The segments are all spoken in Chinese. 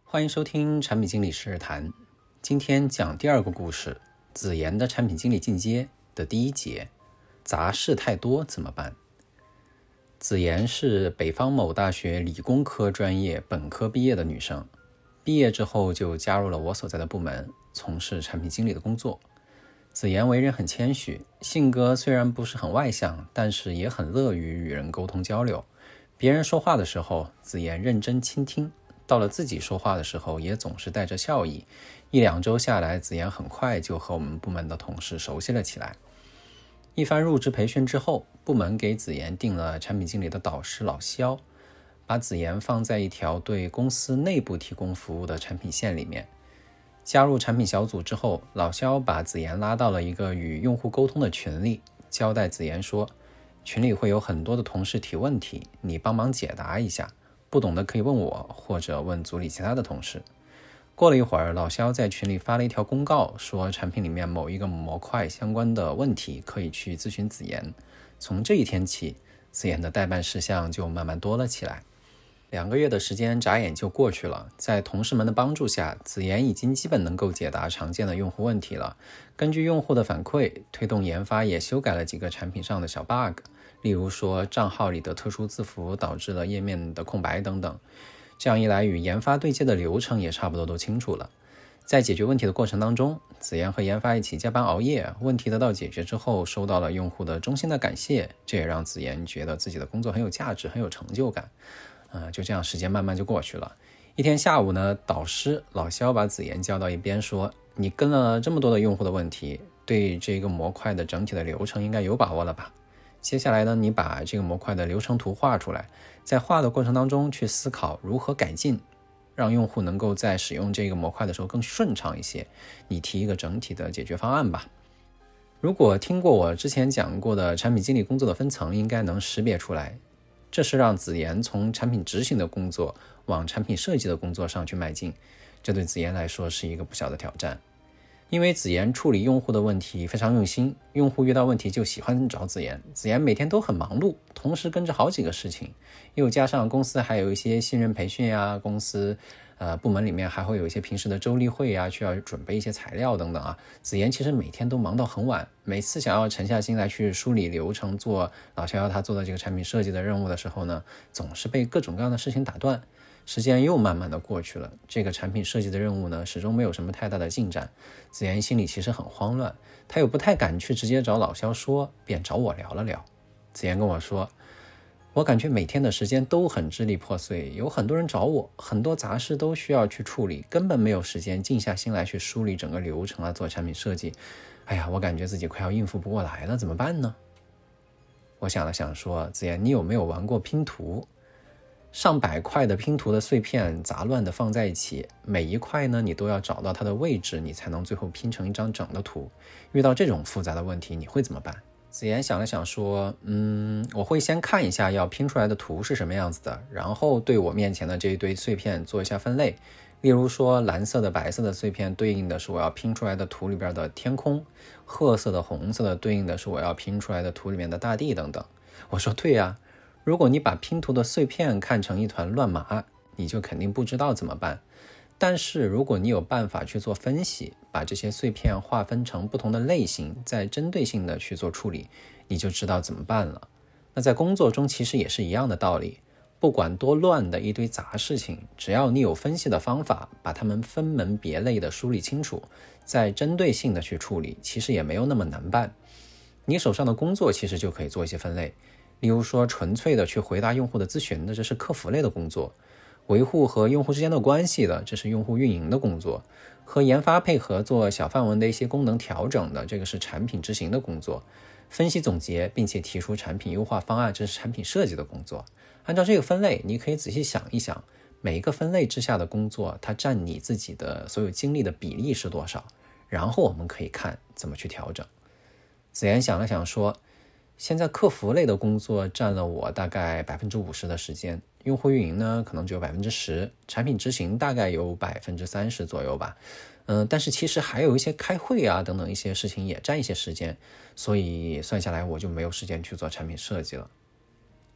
欢迎收听产品经理是谈。今天讲第二个故事，子妍的产品经理进阶的第一节，杂事太多怎么办？子妍是北方某大学理工科专业本科毕业的女生，毕业之后就加入了我所在的部门，从事产品经理的工作。子妍为人很谦虚，性格虽然不是很外向，但是也很乐于与人沟通交流。别人说话的时候，子妍认真倾听，到了自己说话的时候也总是带着笑意。1-2周下来，子妍很快就和我们部门的同事熟悉了起来。一番入职培训之后，部门给子妍定了产品经理的导师老肖，把子妍放在一条对公司内部提供服务的产品线里面。加入产品小组之后，老肖把子妍拉到了一个与用户沟通的群里，交代子妍说，群里会有很多的同事提问题，你帮忙解答一下，不懂的可以问我，或者问组里其他的同事。过了一会儿，老肖在群里发了一条公告，说产品里面某一个模块相关的问题可以去咨询子妍。从这一天起，子妍的代办事项就慢慢多了起来。2个月的时间眨眼就过去了，在同事们的帮助下，子妍已经基本能够解答常见的用户问题了。根据用户的反馈，推动研发也修改了几个产品上的小 bug， 例如说账号里的特殊字符导致了页面的空白等等。这样一来，与研发对接的流程也差不多都清楚了。在解决问题的过程当中，子妍和研发一起加班熬夜，问题得到解决之后，收到了用户的衷心的感谢，这也让子妍觉得自己的工作很有价值，很有成就感。就这样时间慢慢就过去了。一天下午呢，导师老肖把子妍叫到一边说，你跟了这么多的用户的问题，对这个模块的整体的流程应该有把握了吧？接下来呢，你把这个模块的流程图画出来，在画的过程当中去思考如何改进，让用户能够在使用这个模块的时候更顺畅一些。你提一个整体的解决方案吧。如果听过我之前讲过的产品经理工作的分层，应该能识别出来，这是让子妍从产品执行的工作往产品设计的工作上去迈进，这对子妍来说是一个不小的挑战。因为子妍处理用户的问题非常用心，用户遇到问题就喜欢找子妍。子妍每天都很忙碌，同时跟着好几个事情，又加上公司还有一些新人培训啊，公司部门里面还会有一些平时的周例会啊，需要准备一些材料等等啊。子妍其实每天都忙到很晚，每次想要沉下心来去梳理流程，做老肖要他做的这个产品设计的任务的时候呢，总是被各种各样的事情打断。时间又慢慢的过去了，这个产品设计的任务呢，始终没有什么太大的进展。子妍心里其实很慌乱，她又不太敢去直接找老肖说，便找我聊了聊。子妍跟我说，我感觉每天的时间都很支离破碎，有很多人找我，很多杂事都需要去处理，根本没有时间静下心来去梳理整个流程啊，做产品设计。哎呀，我感觉自己快要应付不过来了，怎么办呢？我想了想说，子妍，你有没有玩过拼图？上百块的拼图的碎片杂乱的放在一起，每一块呢你都要找到它的位置，你才能最后拼成一张整的图。遇到这种复杂的问题，你会怎么办？子妍想了想说，我会先看一下要拼出来的图是什么样子的，然后对我面前的这一堆碎片做一下分类。例如说，蓝色的白色的碎片对应的是我要拼出来的图里边的天空，褐色的红色的对应的是我要拼出来的图里面的大地等等。我说对呀，如果你把拼图的碎片看成一团乱麻，你就肯定不知道怎么办。但是如果你有办法去做分析，把这些碎片划分成不同的类型，再针对性的去做处理，你就知道怎么办了。那在工作中其实也是一样的道理，不管多乱的一堆杂事情，只要你有分析的方法，把它们分门别类的梳理清楚，再针对性的去处理，其实也没有那么难办。你手上的工作其实就可以做一些分类，例如说纯粹的去回答用户的咨询的，这是客服类的工作；维护和用户之间的关系的，这是用户运营的工作；和研发配合做小范围的一些功能调整的，这个是产品执行的工作；分析总结并且提出产品优化方案，这是产品设计的工作。按照这个分类，你可以仔细想一想，每一个分类之下的工作，它占你自己的所有精力的比例是多少，然后我们可以看怎么去调整。子妍想了想说，现在客服类的工作占了我大概50%的时间，用户运营呢可能只有10%，产品执行大概有30%左右吧。但是其实还有一些开会啊等等一些事情也占一些时间，所以算下来我就没有时间去做产品设计了。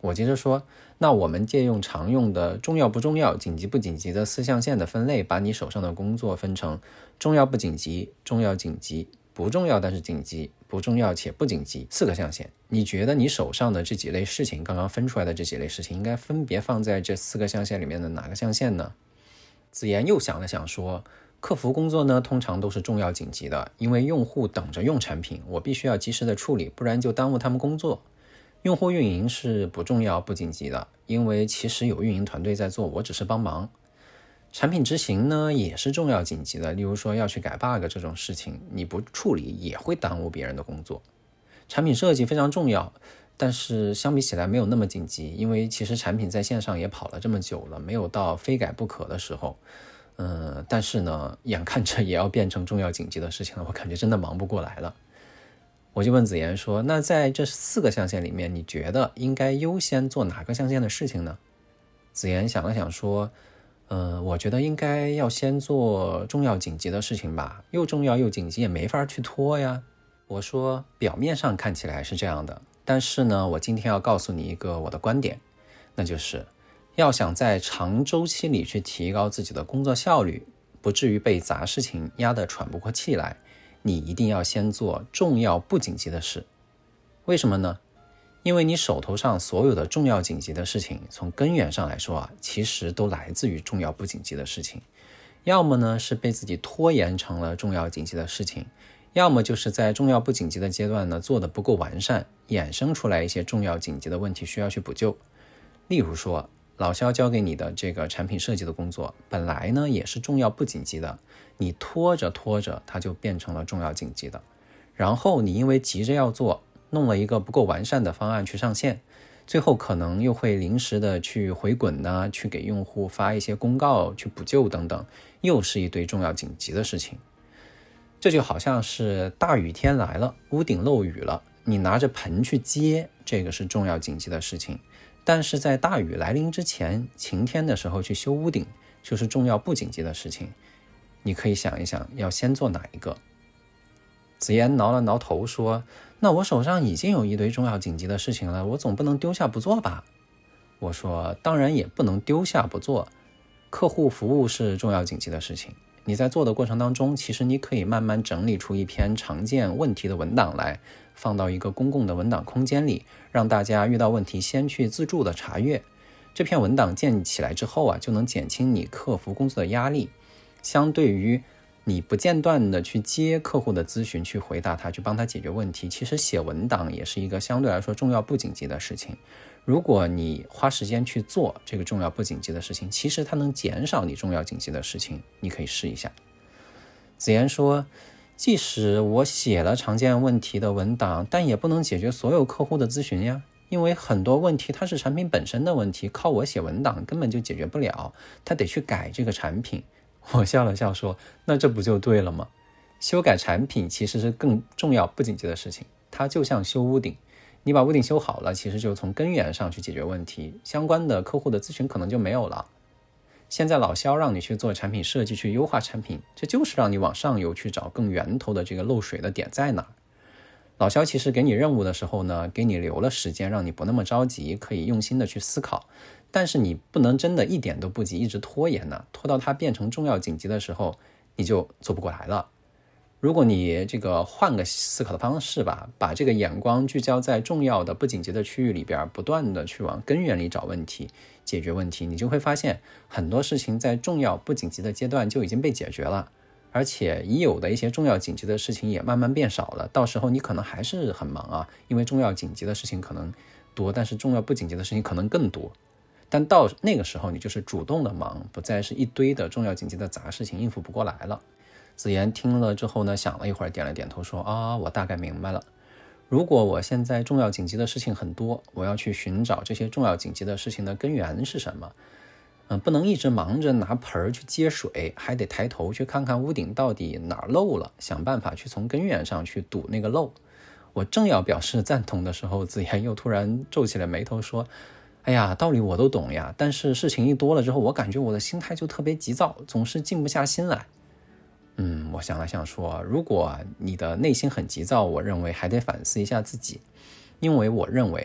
我接着说，那我们借用常用的重要不重要、紧急不紧急的4象限的分类，把你手上的工作分成重要不紧急、重要紧急、不重要但是紧急、不重要且不紧急4个象限。你觉得你手上的这几类事情，刚刚分出来的这几类事情，应该分别放在这4个象限里面的哪个象限呢？子妍又想了想说，客服工作呢，通常都是重要紧急的，因为用户等着用产品，我必须要及时的处理，不然就耽误他们工作。用户运营是不重要不紧急的，因为其实有运营团队在做，我只是帮忙。产品执行呢也是重要紧急的，例如说要去改 bug 这种事情，你不处理也会耽误别人的工作。产品设计非常重要，但是相比起来没有那么紧急，因为其实产品在线上也跑了这么久了，没有到非改不可的时候。但是呢，眼看着也要变成重要紧急的事情了，我感觉真的忙不过来了。我就问子妍说，那在这4个象限里面，你觉得应该优先做哪个象限的事情呢？子妍想了想说，我觉得应该要先做重要紧急的事情吧，又重要又紧急也没法去拖呀。我说，表面上看起来是这样的，但是呢，我今天要告诉你一个我的观点，那就是要想在长周期里去提高自己的工作效率，不至于被杂事情压得喘不过气来，你一定要先做重要不紧急的事。为什么呢？因为你手头上所有的重要紧急的事情，从根源上来说其实都来自于重要不紧急的事情。要么呢是被自己拖延成了重要紧急的事情，要么就是在重要不紧急的阶段呢做得不够完善，衍生出来一些重要紧急的问题需要去补救。例如说，老肖交给你的这个产品设计的工作，本来呢也是重要不紧急的，你拖着拖着它就变成了重要紧急的，然后你因为急着要做，弄了一个不够完善的方案去上线，最后可能又会临时的去回滚呢，去给用户发一些公告去补救等等，又是一堆重要紧急的事情。这就好像是大雨天来了，屋顶漏雨了，你拿着盆去接，这个是重要紧急的事情，但是在大雨来临之前，晴天的时候去修屋顶就是重要不紧急的事情。你可以想一想要先做哪一个。子妍挠了挠头说，那我手上已经有一堆重要紧急的事情了，我总不能丢下不做吧。我说，当然也不能丢下不做，客户服务是重要紧急的事情，你在做的过程当中，其实你可以慢慢整理出一篇常见问题的文档来，放到一个公共的文档空间里，让大家遇到问题先去自助的查阅。这篇文档建起来之后就能减轻你客服工作的压力。相对于你不间断的去接客户的咨询，去回答他，去帮他解决问题，其实写文档也是一个相对来说重要不紧急的事情。如果你花时间去做这个重要不紧急的事情，其实它能减少你重要紧急的事情，你可以试一下。子妍说，即使我写了常见问题的文档，但也不能解决所有客户的咨询呀，因为很多问题它是产品本身的问题，靠我写文档根本就解决不了，他得去改这个产品。我笑了笑说，那这不就对了吗？修改产品其实是更重要不紧急的事情，它就像修屋顶，你把屋顶修好了，其实就从根源上去解决问题，相关的客户的咨询可能就没有了。现在老肖让你去做产品设计，去优化产品，这就是让你往上游去找更源头的这个漏水的点在哪儿。老肖其实给你任务的时候呢，给你留了时间，让你不那么着急，可以用心的去思考，但是你不能真的一点都不急，一直拖延呢，拖到它变成重要紧急的时候，你就做不过来了。如果你这个换个思考的方式吧，把这个眼光聚焦在重要的不紧急的区域里边，不断的去往根源里找问题，解决问题，你就会发现很多事情在重要不紧急的阶段就已经被解决了，而且已有的一些重要紧急的事情也慢慢变少了。到时候你可能还是很忙因为重要紧急的事情可能多，但是重要不紧急的事情可能更多。但到那个时候你就是主动的忙，不再是一堆的重要紧急的杂事情应付不过来了。子妍听了之后呢，想了一会儿，点了点头说，我大概明白了。如果我现在重要紧急的事情很多，我要去寻找这些重要紧急的事情的根源是什么，不能一直忙着拿盆去接水，还得抬头去看看屋顶到底哪儿漏了，想办法去从根源上去堵那个漏。我正要表示赞同的时候，子妍又突然皱起了眉头说，哎呀，道理我都懂呀，但是事情一多了之后，我感觉我的心态就特别急躁，总是静不下心来。我想了想说，如果你的内心很急躁，我认为还得反思一下自己，因为我认为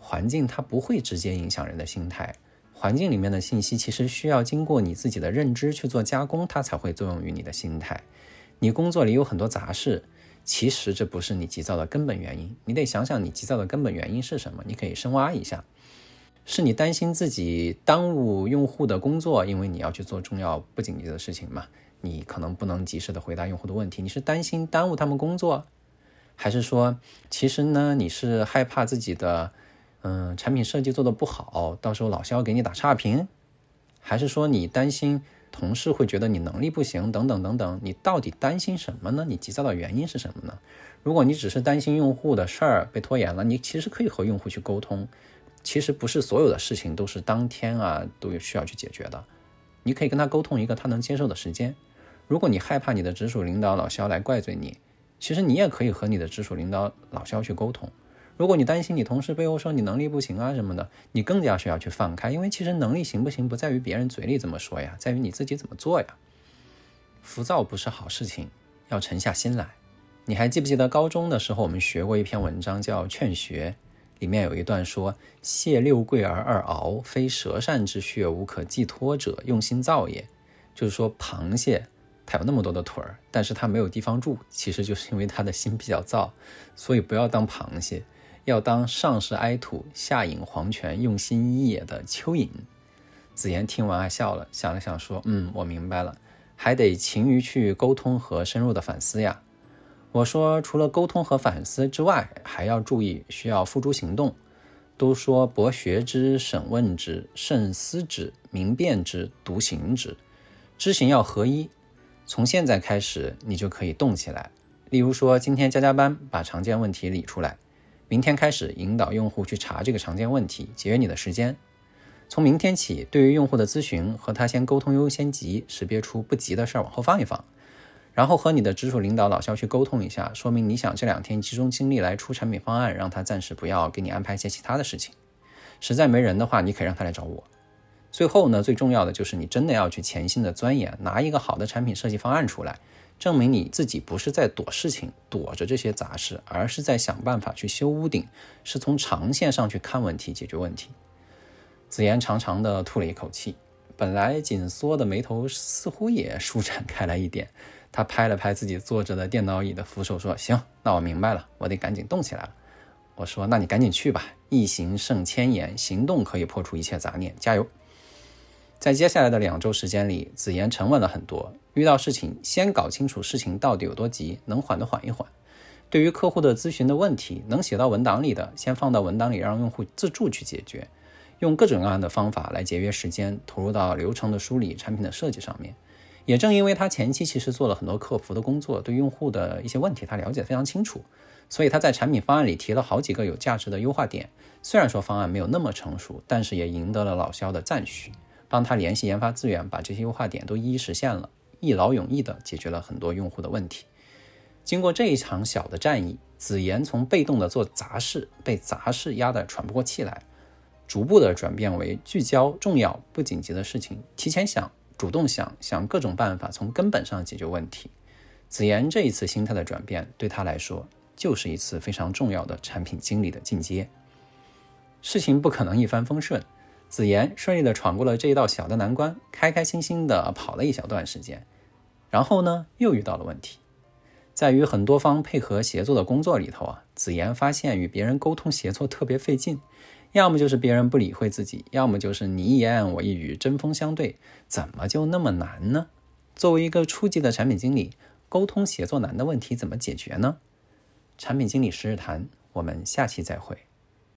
环境它不会直接影响人的心态，环境里面的信息其实需要经过你自己的认知去做加工，它才会作用于你的心态。你工作里有很多杂事，其实这不是你急躁的根本原因，你得想想你急躁的根本原因是什么，你可以深挖一下。是你担心自己耽误用户的工作，因为你要去做重要不紧急的事情嘛，你可能不能及时的回答用户的问题，你是担心耽误他们工作，还是说其实呢你是害怕自己的产品设计做得不好，到时候老肖给你打差评，还是说你担心同事会觉得你能力不行等等等等，你到底担心什么呢？你急躁的原因是什么呢？如果你只是担心用户的事儿被拖延了，你其实可以和用户去沟通，其实不是所有的事情都是当天都需要去解决的，你可以跟他沟通一个他能接受的时间。如果你害怕你的直属领导老肖来怪罪你，其实你也可以和你的直属领导老肖去沟通。如果你担心你同事背后说你能力不行什么的，你更加需要去放开，因为其实能力行不行不在于别人嘴里怎么说呀，在于你自己怎么做呀。浮躁不是好事情，要沉下心来。你还记不记得高中的时候我们学过一篇文章叫《劝学》，里面有一段说，蟹六贵而二螯，非舌善之穴无可寄托者，用心造也。就是说螃蟹它有那么多的腿儿，但是它没有地方住，其实就是因为它的心比较躁，所以不要当螃蟹，要当上是埃土，下引黄泉，用心一也的蚯蚓。子言听完还笑了，想了想说，我明白了，还得勤于去沟通和深入的反思呀。我说除了沟通和反思之外，还要注意需要付诸行动。都说博学之，审问之，慎思之，明辨之，笃行之，知行要合一。从现在开始你就可以动起来，例如说今天加班把常见问题理出来，明天开始引导用户去查这个常见问题，节约你的时间。从明天起，对于用户的咨询和他先沟通优先级，识别出不急的事儿往后放一放，然后和你的直属领导老肖去沟通一下，说明你想这2天集中精力来出产品方案，让他暂时不要给你安排一些其他的事情。实在没人的话，你可以让他来找我。最后呢，最重要的就是你真的要去潜心的钻研，拿一个好的产品设计方案出来，证明你自己不是在躲事情，躲着这些杂事，而是在想办法去修屋顶，是从长线上去看问题，解决问题。子言长长的吐了一口气，本来紧缩的眉头似乎也舒展开来一点，他拍了拍自己坐着的电脑椅的扶手说，行，那我明白了，我得赶紧动起来了。我说那你赶紧去吧，一行胜千言，行动可以破除一切杂念，加油。在接下来的2周时间里，子言沉稳了很多，遇到事情先搞清楚事情到底有多急，能缓的缓一缓。对于客户的咨询的问题，能写到文档里的先放到文档里，让用户自助去解决，用各种各样的方法来节约时间，投入到流程的梳理、产品的设计上面。也正因为他前期其实做了很多客服的工作，对用户的一些问题他了解非常清楚，所以他在产品方案里提了好几个有价值的优化点。虽然说方案没有那么成熟，但是也赢得了老肖的赞许，帮他联系研发资源，把这些优化点都一一实现了，一劳永逸的解决了很多用户的问题。经过这一场小的战役，子言从被动的做杂事，被杂事压得喘不过气来，逐步的转变为聚焦重要不紧急的事情，提前想，主动想各种办法，从根本上解决问题。子言这一次心态的转变，对他来说就是一次非常重要的产品经理的进阶。事情不可能一帆风顺，子言顺利的闯过了这一道小的难关，开开心心的跑了一小段时间。然后呢，又遇到了问题。在与很多方配合协作的工作里头子言发现与别人沟通协作特别费劲，要么就是别人不理会自己，要么就是你一言我一语，针锋相对，怎么就那么难呢？作为一个初级的产品经理，沟通协作难的问题怎么解决呢？产品经理时日谈，我们下期再会。